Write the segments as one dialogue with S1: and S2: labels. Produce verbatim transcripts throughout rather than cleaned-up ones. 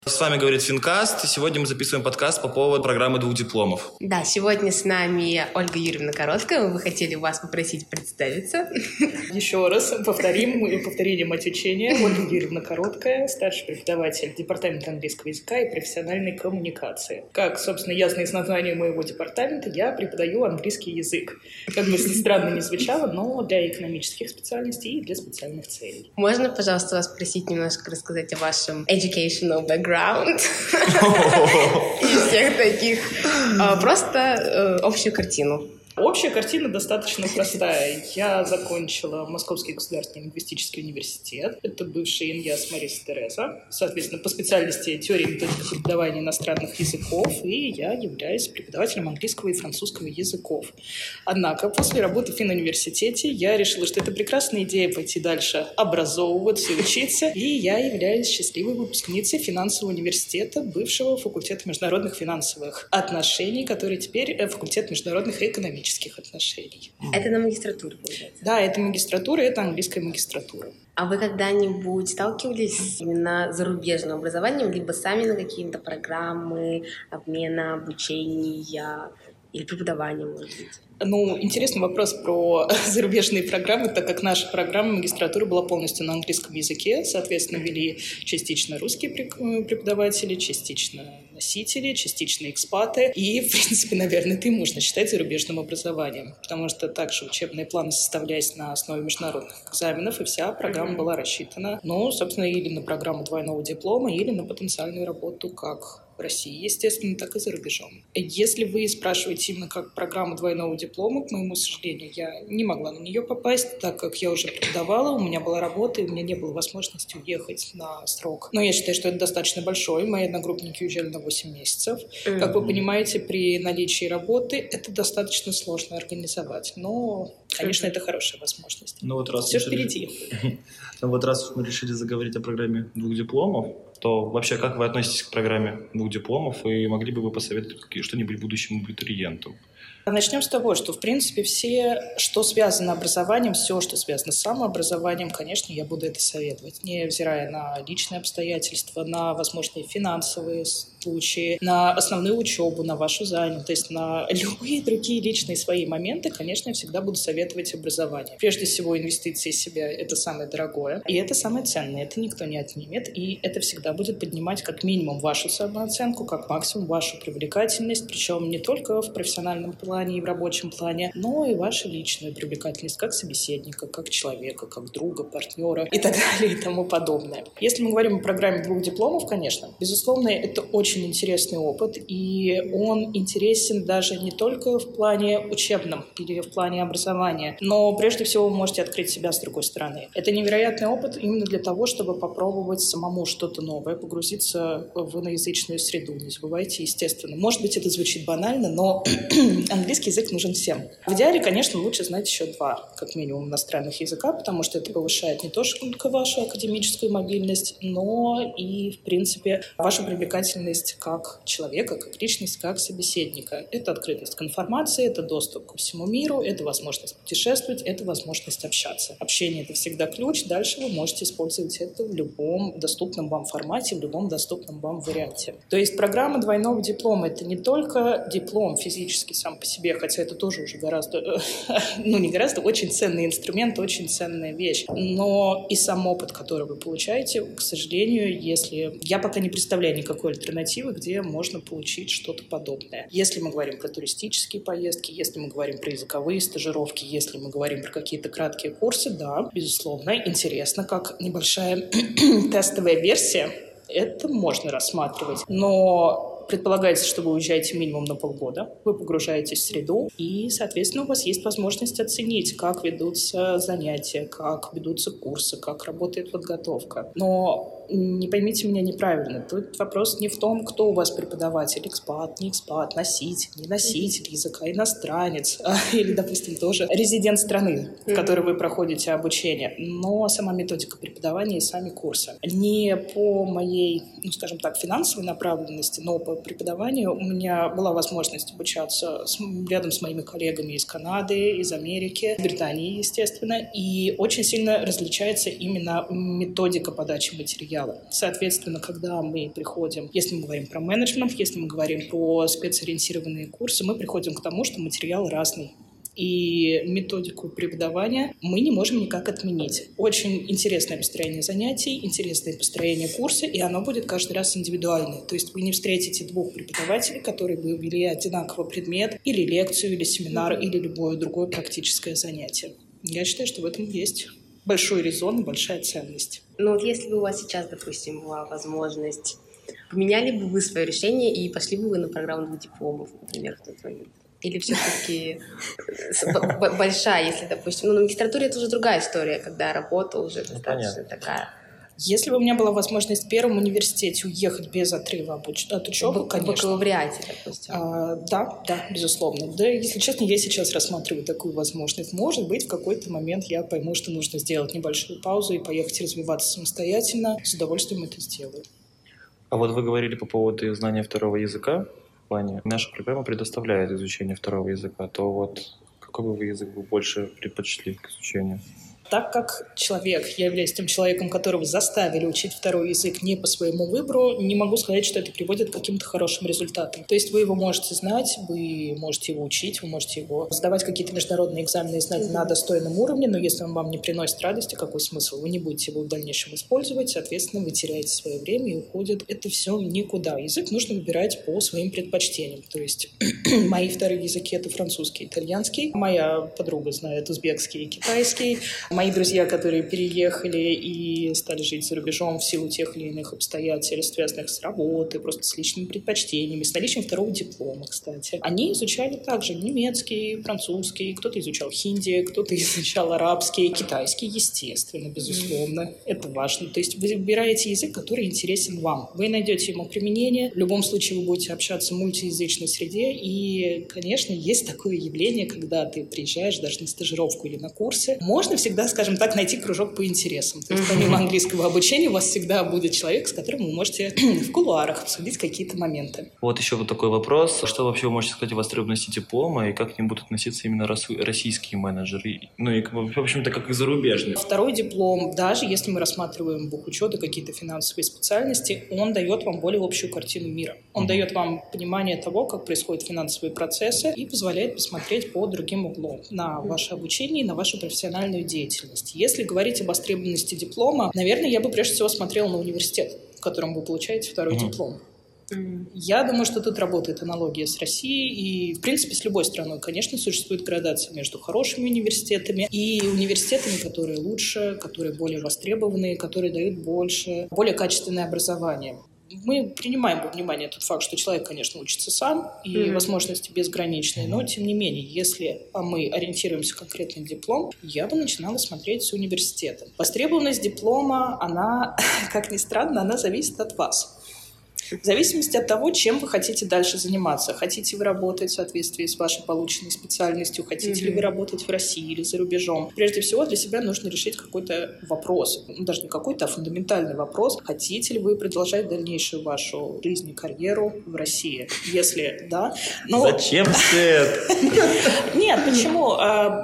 S1: С вами говорит Финкаст, и сегодня мы записываем подкаст по поводу программы двух дипломов.
S2: Да, сегодня с нами Ольга Юрьевна Короткая. Мы бы хотели вас попросить представиться.
S3: Еще раз повторим, повторили мать учения. Ольга Юрьевна Короткая, старший преподаватель департамента английского языка и профессиональной коммуникации. Как, собственно, ясно из названия моего департамента, я преподаю английский язык. Как бы странно не звучало, но для экономических специальностей и для специальных целей.
S2: Можно, пожалуйста, вас спросить немножко рассказать о вашем educational background? И всех таких. Просто общую картину.
S3: Общая картина достаточно простая. Я закончила Московский государственный лингвистический университет. Это бывший ИНЯС Мариса Тереза. Соответственно, по специальности теория и методика преподавания иностранных языков. И я являюсь преподавателем английского и французского языков. Однако после работы в Финуниверситете я решила, что это прекрасная идея пойти дальше образовываться и учиться. И я являюсь счастливой выпускницей финансового университета, бывшего факультета международных финансовых отношений, который теперь факультет международных и экономических отношений.
S2: Это на магистратуре, получается?
S3: Да, это магистратура, это английская магистратура.
S2: А вы когда-нибудь сталкивались именно с зарубежным образованием, либо сами на какие-то программы обмена, обучения или преподавания, может быть?
S3: Ну, интересный вопрос про зарубежные программы, так как наша программа магистратуры была полностью на английском языке. Соответственно, вели частично русские преподаватели, частично носители, частично экспаты. И, в принципе, наверное, это и можно считать зарубежным образованием. Потому что также учебные планы составлялись на основе международных экзаменов, и вся программа была рассчитана, ну, собственно, или на программу двойного диплома, или на потенциальную работу как в России, естественно, так и за рубежом. Если вы спрашиваете именно как программу двойного диплома, к моему сожалению, я не могла на нее попасть, так как я уже преподавала, у меня была работа, и у меня не было возможности уехать на срок. Но я считаю, что это достаточно большой. Мои одногруппники уезжали на восемь месяцев. Mm-hmm. Как вы понимаете, при наличии работы это достаточно сложно организовать. Но, конечно, mm-hmm. это хорошая возможность.
S1: Ну, вот раз
S3: Все
S1: решили...
S3: впереди.
S1: Ну вот раз мы решили заговорить о программе двух дипломов, то вообще как вы относитесь к программе двух дипломов и могли бы вы посоветовать что-нибудь будущему абитуриенту?
S3: Начнем с того, что, в принципе, все, что связано с образованием, все, что связано с самообразованием, конечно, я буду это советовать, невзирая на личные обстоятельства, на возможные финансовые случаи, на основную учебу, на вашу занятость, на любые другие личные свои моменты, конечно, я всегда буду советовать образование. Прежде всего, инвестиции в себя – это самое дорогое, и это самое ценное, это никто не отнимет, и это всегда будет поднимать как минимум вашу самооценку, как максимум вашу привлекательность, причем не только в профессиональном плане, и в рабочем плане, но и ваша личная привлекательность как собеседника, как человека, как друга, партнера и так далее и тому подобное. Если мы говорим о программе двух дипломов, конечно, безусловно, это очень интересный опыт, и он интересен даже не только в плане учебном или в плане образования, но прежде всего вы можете открыть себя с другой стороны. Это невероятный опыт именно для того, чтобы попробовать самому что-то новое, погрузиться в иноязычную среду. Не забывайте, естественно. Может быть, это звучит банально, но английский язык нужен всем. В идеале, конечно, лучше знать еще два, как минимум, иностранных языка, потому что это повышает не только вашу академическую мобильность, но и, в принципе, вашу привлекательность как человека, как личность, как собеседника. Это открытость к информации, это доступ ко всему миру, это возможность путешествовать, это возможность общаться. Общение — это всегда ключ, дальше вы можете использовать это в любом доступном вам формате, в любом доступном вам варианте. То есть программа двойного диплома — это не только диплом физически сам по себе, хотя это тоже уже гораздо, ну не гораздо, очень ценный инструмент, очень ценная вещь. Но и сам опыт, который вы получаете, к сожалению, если... Я пока не представляю никакой альтернативы, где можно получить что-то подобное. Если мы говорим про туристические поездки, если мы говорим про языковые стажировки, если мы говорим про какие-то краткие курсы, да, безусловно, интересно, как небольшая тестовая версия, это можно рассматривать. Но предполагается, что вы уезжаете минимум на полгода, вы погружаетесь в среду, и, соответственно, у вас есть возможность оценить, как ведутся занятия, как ведутся курсы, как работает подготовка. Но не поймите меня неправильно, тут вопрос не в том, кто у вас преподаватель, экспат, не экспат, носитель, не носитель языка, иностранец, или, допустим, тоже резидент страны, в которой вы проходите обучение, но сама методика преподавания и сами курсы. Не по моей, ну, скажем так, финансовой направленности, но по преподаванию у меня была возможность обучаться с, рядом с моими коллегами из Канады, из Америки, Британии, естественно, и очень сильно различается именно методика подачи материала. материалы. Соответственно, когда мы приходим, если мы говорим про менеджмент, если мы говорим про специализированные курсы, мы приходим к тому, что материал разный. И методику преподавания мы не можем никак отменить. Очень интересное построение занятий, интересное построение курса, и оно будет каждый раз индивидуальное. То есть вы не встретите двух преподавателей, которые бы вели одинаковый предмет, или лекцию, или семинар, или любое другое практическое занятие. Я считаю, что в этом есть большой резон и большая ценность.
S2: Ну вот если бы у вас сейчас, допустим, была возможность, поменяли бы вы свое решение и пошли бы вы на программу двух дипломов, например, в тот момент? Или все-таки большая, если, допустим... Ну, на магистратуре это уже другая история, когда работа уже достаточно такая.
S3: Если бы у меня была возможность в первом университете уехать без отрыва от учебы,
S2: в,
S3: конечно.
S2: В бакалавриате, допустим.
S3: А, да, да, безусловно. Да, если честно, я сейчас рассматриваю такую возможность. Может быть, в какой-то момент я пойму, что нужно сделать небольшую паузу и поехать развиваться самостоятельно. С удовольствием это сделаю.
S1: А вот вы говорили по поводу знания второго языка. В плане наша программа предоставляет изучение второго языка, то вот какой бы вы язык бы больше предпочли к изучению?
S3: Так как человек, я являюсь тем человеком, которого заставили учить второй язык не по своему выбору, не могу сказать, что это приводит к каким-то хорошим результатам. То есть вы его можете знать, вы можете его учить, вы можете его сдавать какие-то международные экзамены и знать mm-hmm. на достойном уровне, но если он вам не приносит радости, какой смысл? Вы не будете его в дальнейшем использовать, соответственно, вы теряете свое время и уходит. Это все никуда. Язык нужно выбирать по своим предпочтениям. То есть мои вторые языки — это французский, итальянский. Моя подруга знает узбекский и китайский. Мои друзья, которые переехали и стали жить за рубежом в силу тех или иных обстоятельств, связанных с работой, просто с личными предпочтениями, с наличием второго диплома, кстати, они изучали также немецкий, французский, кто-то изучал хинди, кто-то изучал арабский, китайский, естественно, безусловно. Mm-hmm. Это важно. То есть вы выбираете язык, который интересен вам. Вы найдете ему применение. В любом случае вы будете общаться в мультиязычной среде. И, конечно, есть такое явление, когда ты приезжаешь даже на стажировку или на курсы. Можно всегда, скажем так, найти кружок по интересам. То есть помимо английского обучения у вас всегда будет человек, с которым вы можете в кулуарах обсудить какие-то моменты.
S1: Вот еще вот такой вопрос. Что вообще вы можете сказать о востребованности диплома и как к ним будут относиться именно российские менеджеры? Ну и, в общем-то, как и зарубежные.
S3: Второй диплом, даже если мы рассматриваем бухучет и какие-то финансовые специальности, он дает вам более общую картину мира. Он mm-hmm. дает вам понимание того, как происходят финансовые процессы и позволяет посмотреть по другим углом на ваше обучение и на вашу профессиональную деятельность. Если говорить об востребованности диплома, наверное, я бы прежде всего смотрела на университет, в котором вы получаете второй mm-hmm. диплом. Mm-hmm. Я думаю, что тут работает аналогия с Россией и, в принципе, с любой страной. Конечно, существует градация между хорошими университетами и университетами, которые лучше, которые более востребованные, которые дают больше, более качественное образование. Мы принимаем во внимание тот факт, что человек, конечно, учится сам, и mm-hmm. возможности безграничные, но, тем не менее, если мы ориентируемся конкретно на диплом, я бы начинала смотреть с университета. Востребованность диплома, она, как ни странно, она зависит от вас. В зависимости от того, чем вы хотите дальше заниматься. Хотите вы работать в соответствии с вашей полученной специальностью, хотите mm-hmm. ли вы работать в России или за рубежом. Прежде всего, для себя нужно решить какой-то вопрос. Ну, даже не какой-то, а фундаментальный вопрос. Хотите ли вы продолжать дальнейшую вашу жизнь и карьеру в России? Если да... Но...
S1: Зачем Свет?
S3: Нет, почему?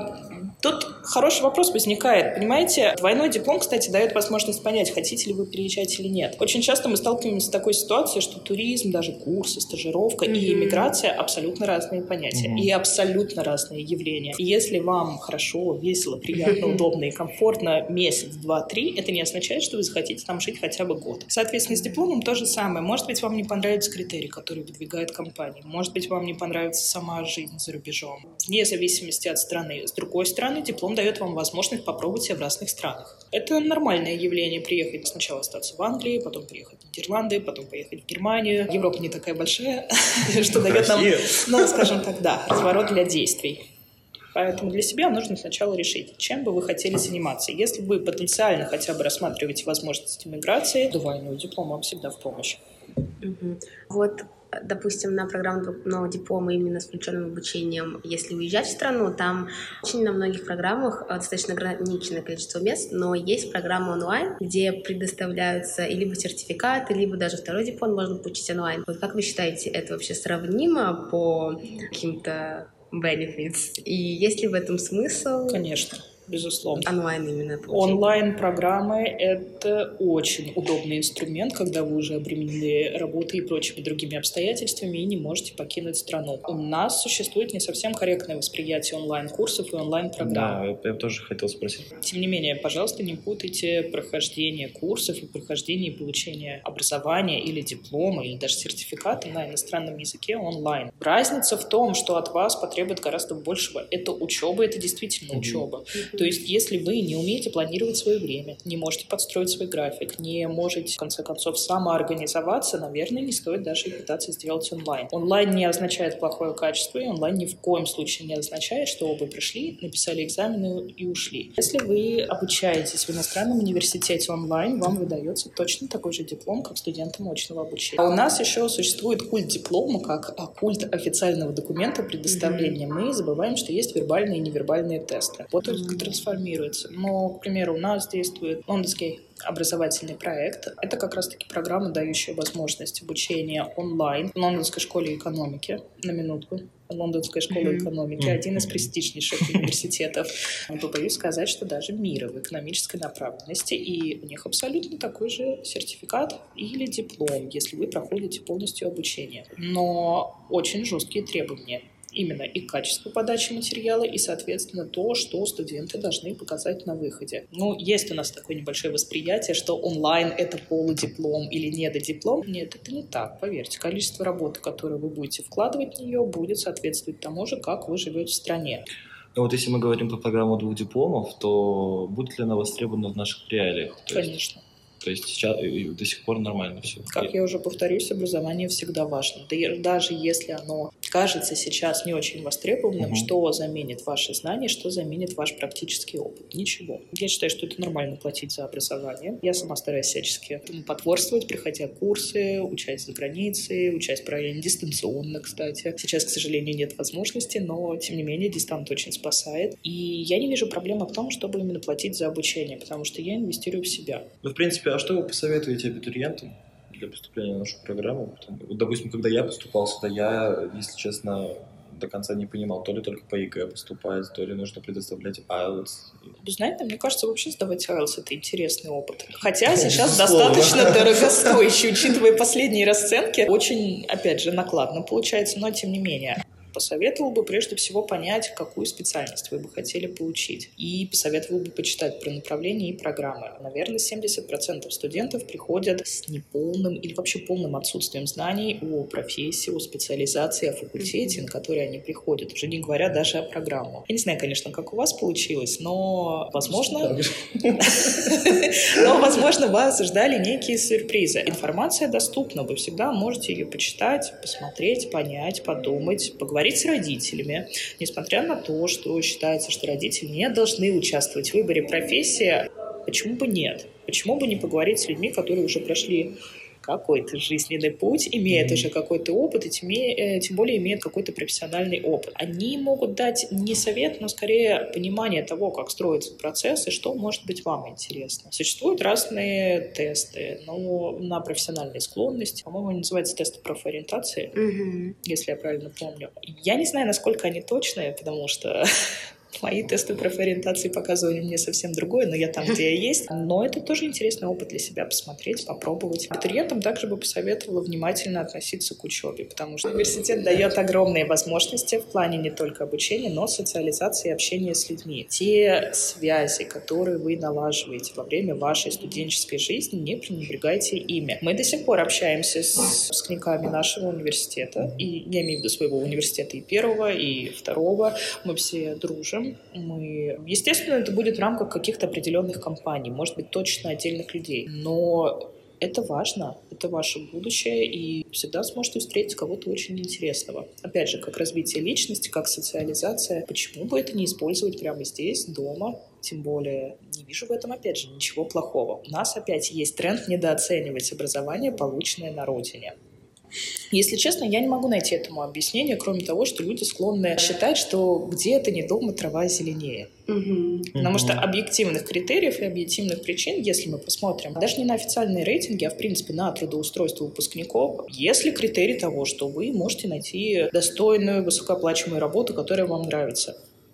S3: Тут хороший вопрос возникает, понимаете? Двойной диплом, кстати, дает возможность понять, хотите ли вы переезжать или нет. Очень часто мы сталкиваемся с такой ситуацией, что туризм, даже курсы, стажировка mm-hmm. и иммиграция — абсолютно разные понятия mm-hmm. и абсолютно разные явления. И если вам хорошо, весело, приятно, mm-hmm. удобно и комфортно месяц, два, три, это не означает, что вы захотите там жить хотя бы год. Соответственно, с дипломом то же самое. Может быть, вам не понравятся критерии, которые выдвигает компания. Может быть, вам не понравится сама жизнь за рубежом. Вне зависимости от страны. С другой стороны, диплом дает вам возможность попробовать себя в разных странах. Это нормальное явление — приехать сначала остаться в Англии, потом приехать в Нидерланды, потом поехать в Германию. Европа не такая большая, что дает нам, ну, скажем так, да, разворот для действий. Поэтому для себя нужно сначала решить, чем бы вы хотели заниматься. Если вы потенциально хотя бы рассматриваете возможности миграции, двойной диплом вам всегда в помощь.
S2: Угу. Вот, допустим, на программу двойного диплома именно с включенным обучением, если уезжать в страну, там очень на многих программах достаточно ограниченное количество мест, но есть программы онлайн, где предоставляются и либо сертификаты, либо даже второй диплом можно получить онлайн. Вот как вы считаете, это вообще сравнимо по каким-то benefits? И есть ли в этом смысл?
S3: Конечно. Безусловно.
S2: Онлайн именно получение.
S3: Онлайн-программы — это очень удобный инструмент, когда вы уже обременены работой и прочими другими обстоятельствами и не можете покинуть страну. У нас существует не совсем корректное восприятие онлайн-курсов и онлайн-программ.
S1: Да, я, я тоже хотел спросить.
S3: Тем не менее, пожалуйста, не путайте прохождение курсов и прохождение и получение образования или диплома, или даже сертификата на иностранном языке онлайн. Разница в том, что от вас потребует гораздо большего. Это учеба, это действительно mm-hmm. учеба. То есть, если вы не умеете планировать свое время, не можете подстроить свой график, не можете, в конце концов, самоорганизоваться, наверное, не стоит даже и пытаться сделать онлайн. Онлайн не означает плохое качество, и онлайн ни в коем случае не означает, что вы пришли, написали экзамены и ушли. Если вы обучаетесь в иностранном университете онлайн, вам выдается точно такой же диплом, как студентам очного обучения. А у нас еще существует культ диплома, как культ официального документа предоставления. Mm-hmm. Мы забываем, что есть вербальные и невербальные тесты. Вот только трансформируется. Но, к примеру, у нас действует лондонский образовательный проект. Это как раз-таки программа, дающая возможность обучения онлайн в Лондонской школе экономики. На минутку. Лондонская школа mm-hmm. экономики — один из престижнейших университетов. Не побоюсь сказать, что даже мира в экономической направленности. И у них абсолютно такой же сертификат или диплом, если вы проходите полностью обучение. Но очень жесткие требования. Именно и качество подачи материала, и, соответственно, то, что студенты должны показать на выходе. Ну, есть у нас такое небольшое восприятие, что онлайн — это полудиплом или недодиплом. Нет, это не так, поверьте. Количество работы, которое вы будете вкладывать в нее, будет соответствовать тому же, как вы живете в стране.
S1: А вот если мы говорим про программу двух дипломов, то будет ли она востребована в наших реалиях? То
S3: Конечно.
S1: Есть... То есть сейчас до сих пор нормально все.
S3: Как я уже повторюсь, образование всегда важно. Да и даже если оно кажется сейчас не очень востребованным, угу. что заменит ваши знания, что заменит ваш практический опыт? Ничего. Я считаю, что это нормально платить за образование. Я сама стараюсь всячески этому потворствовать, приходя курсы, учась за границей, учась параллельно дистанционно, кстати. Сейчас, к сожалению, нет возможности, но, тем не менее, дистант очень спасает. И я не вижу проблемы в том, чтобы именно платить за обучение, потому что я инвестирую в себя.
S1: Ну, в принципе, а что вы посоветуете абитуриентам для поступления в нашу программу? Вот, допустим, когда я поступал сюда, я, если честно, до конца не понимал, то ли только по ЕГЭ поступать, то ли нужно предоставлять айлтс.
S3: Вы знаете, мне кажется, вообще сдавать айлтс — это интересный опыт. Хотя сейчас достаточно дорогостоящий, учитывая последние расценки. Очень, опять же, накладно получается, но тем не менее. Посоветовал бы прежде всего понять, какую специальность вы бы хотели получить. И посоветовал бы почитать про направления и программы. Наверное, семьдесят процентов студентов приходят с неполным или вообще полным отсутствием знаний о профессии, о специализации, о факультете, на который они приходят, уже не говоря даже о программах. Я не знаю, конечно, как у вас получилось, но, возможно, но, возможно, вас ждали некие сюрпризы. Информация доступна, вы всегда можете ее почитать, посмотреть, понять, подумать, поговорить с родителями, несмотря на то, что считается, что родители не должны участвовать в выборе профессии. Почему бы нет? Почему бы не поговорить с людьми, которые уже прошли какой-то жизненный путь, имеют mm-hmm. уже какой-то опыт, и тем, тем более имеют какой-то профессиональный опыт. Они могут дать не совет, но скорее понимание того, как строится процесс и что может быть вам интересно. Существуют разные тесты, но на профессиональные склонности. По-моему, они называются тесты профориентации, mm-hmm. если я правильно помню. Я не знаю, насколько они точные, потому что мои тесты профориентации показывали мне совсем другое, но я там, где я есть. Но это тоже интересный опыт для себя посмотреть, попробовать. Абитуриентам также бы посоветовала внимательно относиться к учебе, потому что университет дает огромные возможности в плане не только обучения, но социализации и общения с людьми. Те связи, которые вы налаживаете во время вашей студенческой жизни, не пренебрегайте ими. Мы до сих пор общаемся с выпускниками нашего университета, и я имею в виду своего университета и первого, и второго. Мы все дружим. Мы... Естественно, это будет в рамках каких-то определенных компаний, может быть, точно отдельных людей, но это важно, это ваше будущее, и всегда сможете встретить кого-то очень интересного. Опять же, как развитие личности, как социализация. Почему бы это не использовать прямо здесь, дома? Тем более, не вижу в этом, опять же, ничего плохого. У нас опять есть тренд недооценивать образование, полученное на родине. Если честно, я не могу найти этому объяснение, кроме того, что люди склонны считать, что где-то не дома трава зеленее. Угу. Потому что объективных критериев и объективных причин, если мы посмотрим, даже не на официальные рейтинги, а в принципе на трудоустройство выпускников, если критерий того, что вы можете найти достойную, высокооплачиваемую работу, которая вам нравится.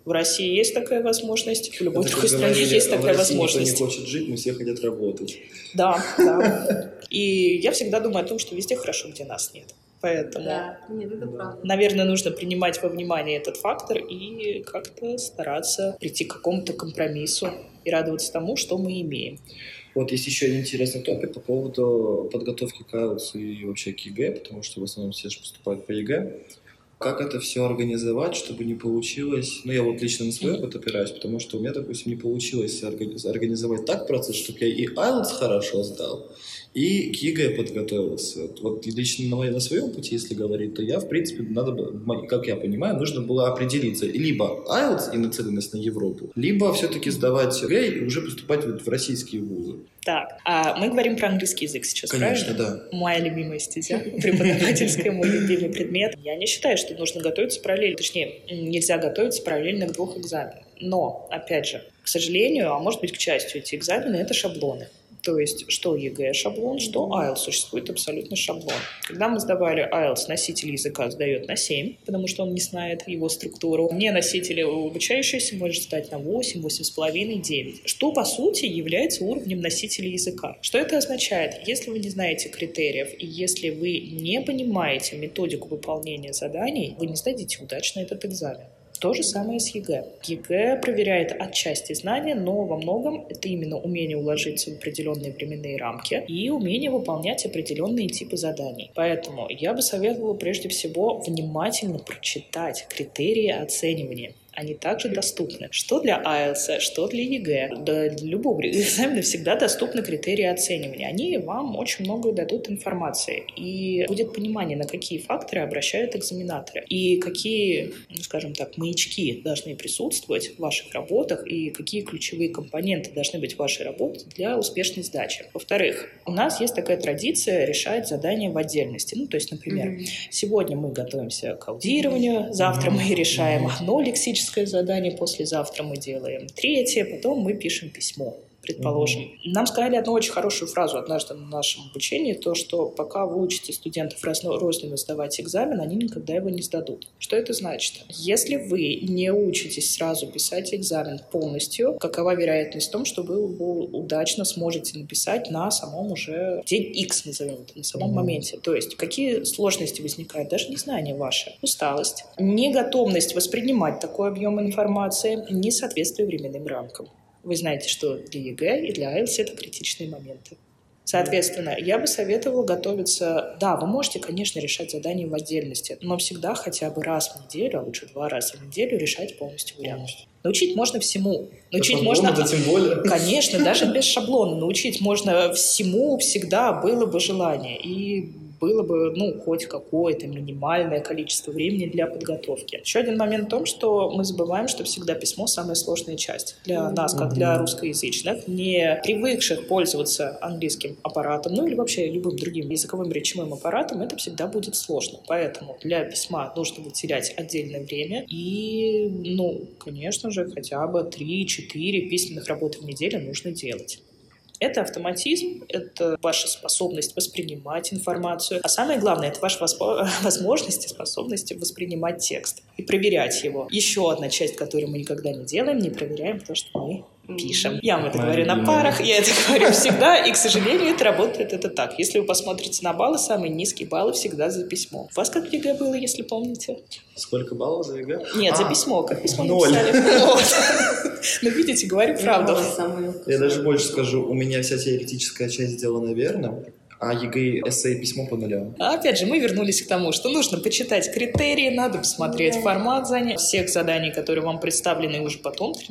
S3: В России есть такая возможность, в любой
S1: Это,
S3: другой стране
S1: говорили,
S3: есть такая
S1: в России
S3: возможность.
S1: Никто не хочет жить, но все хотят работать.
S3: Да, да. И я всегда думаю о том, что везде хорошо, где нас нет. Поэтому,
S2: да. Нет, это правда.
S3: наверное, нужно принимать во внимание этот фактор и как-то стараться прийти к какому-то компромиссу и радоваться тому, что мы имеем.
S1: Вот есть еще один интересный топик по поводу подготовки к айлтс и вообще к ЕГЭ, потому что в основном все же поступают по ЕГЭ. Как это все организовать, чтобы не получилось... Ну, я вот лично на свой опыт опираюсь, потому что у меня, допустим, не получилось организовать так процесс, чтобы я и айлтс хорошо сдал, и к ЕГЭ подготовился. Вот лично на, на своем пути, если говорить, то я, в принципе, надо было, как я понимаю, нужно было определиться либо айлтс и нацеленность на Европу, либо все-таки сдавать ЕГЭ и уже поступать в российские вузы.
S3: Так, а мы говорим про английский язык сейчас,
S1: Конечно,
S3: правильно?
S1: да.
S3: Моя любимая стезя, преподавательская, мой любимый предмет. Я не считаю, что нужно готовиться параллельно. Точнее, нельзя готовиться параллельно к двух экзаменам. Но, опять же, к сожалению, а может быть, к счастью, эти экзамены — это шаблоны. То есть, что ЕГЭ шаблон, что айлтс, существует абсолютно шаблон. Когда мы сдавали айлтс, носитель языка сдает на семь, потому что он не знает его структуру. Не носитель обучающийся может сдать на восемь, восемь с половиной, девять. Что, по сути, является уровнем носителя языка. Что это означает? Если вы не знаете критериев и если вы не понимаете методику выполнения заданий, вы не сдадите удачно этот экзамен. То же самое с ЕГЭ. ЕГЭ проверяет отчасти знания, но во многом это именно умение уложиться в определенные временные рамки и умение выполнять определенные типы заданий. Поэтому я бы советовала прежде всего внимательно прочитать критерии оценивания. Они также доступны. Что для айлтс, что для ЕГЭ. Для любого экзамена всегда доступны критерии оценивания. Они вам очень много дадут информации. И будет понимание, на какие факторы обращают экзаменаторы. И какие, ну, скажем так, маячки должны присутствовать в ваших работах и какие ключевые компоненты должны быть в вашей работе для успешной сдачи. Во-вторых, у нас есть такая традиция решать задания в отдельности. Ну, то есть, например, mm-hmm. сегодня мы готовимся к аудированию, завтра mm-hmm. мы решаем одно лексическое задание, послезавтра мы делаем третье, потом мы пишем письмо, предположим. Mm-hmm. Нам сказали одну очень хорошую фразу однажды на нашем обучении, то, что пока вы учите студентов розненно сдавать экзамен, они никогда его не сдадут. Что это значит? Если вы не учитесь сразу писать экзамен полностью, какова вероятность в том, что вы его удачно сможете написать на самом уже день X, назовем это, на самом mm-hmm. моменте. То есть какие сложности возникают? Даже незнание ваше, усталость, неготовность воспринимать такой объем информации, несоответствие временным рамкам. Вы знаете, что для ЕГЭ и для айлтс это критичные моменты. Соответственно, я бы советовала готовиться... Да, вы можете, конечно, решать задания в отдельности, но всегда хотя бы раз в неделю, а лучше два раза в неделю решать полностью вариант. Научить можно всему. Научить
S1: да,
S3: можно...
S1: Да, тем более.
S3: Конечно, даже без шаблона. Научить можно всему всегда, было бы желание. И было бы, ну, хоть какое-то минимальное количество времени для подготовки. Еще один момент в том, что мы забываем, что всегда письмо — самая сложная часть для mm-hmm. нас, как для русскоязычных, не привыкших пользоваться английским аппаратом, ну или вообще любым другим языковым речевым аппаратом, это всегда будет сложно. Поэтому для письма нужно выделять отдельное время и, ну, конечно же, хотя бы три-четыре письменных работы в неделю нужно делать. Это автоматизм, это ваша способность воспринимать информацию. А самое главное, это ваша возможность и способность воспринимать текст и проверять его. Еще одна часть, которую мы никогда не делаем, не проверяем то, что мы пишем. Я вам это
S1: Моя
S3: говорю
S1: любимая.
S3: на парах, я это говорю всегда, и, к сожалению, это работает это так. Если вы посмотрите на баллы, самые низкие баллы всегда за письмо. У вас как в ЕГЭ было, если помните?
S1: Сколько баллов за ЕГЭ?
S3: Нет,
S1: а,
S3: за письмо. Как письмо
S1: ноль.
S3: написали? Ну, видите, говорю правду.
S1: Я даже больше скажу, у меня вся теоретическая часть сделана верно, а ЕГЭ, эссе и письмо по нулям.
S3: А опять же, мы вернулись к тому, что нужно почитать критерии, надо посмотреть формат заданий, всех заданий, которые вам представлены, и уже потом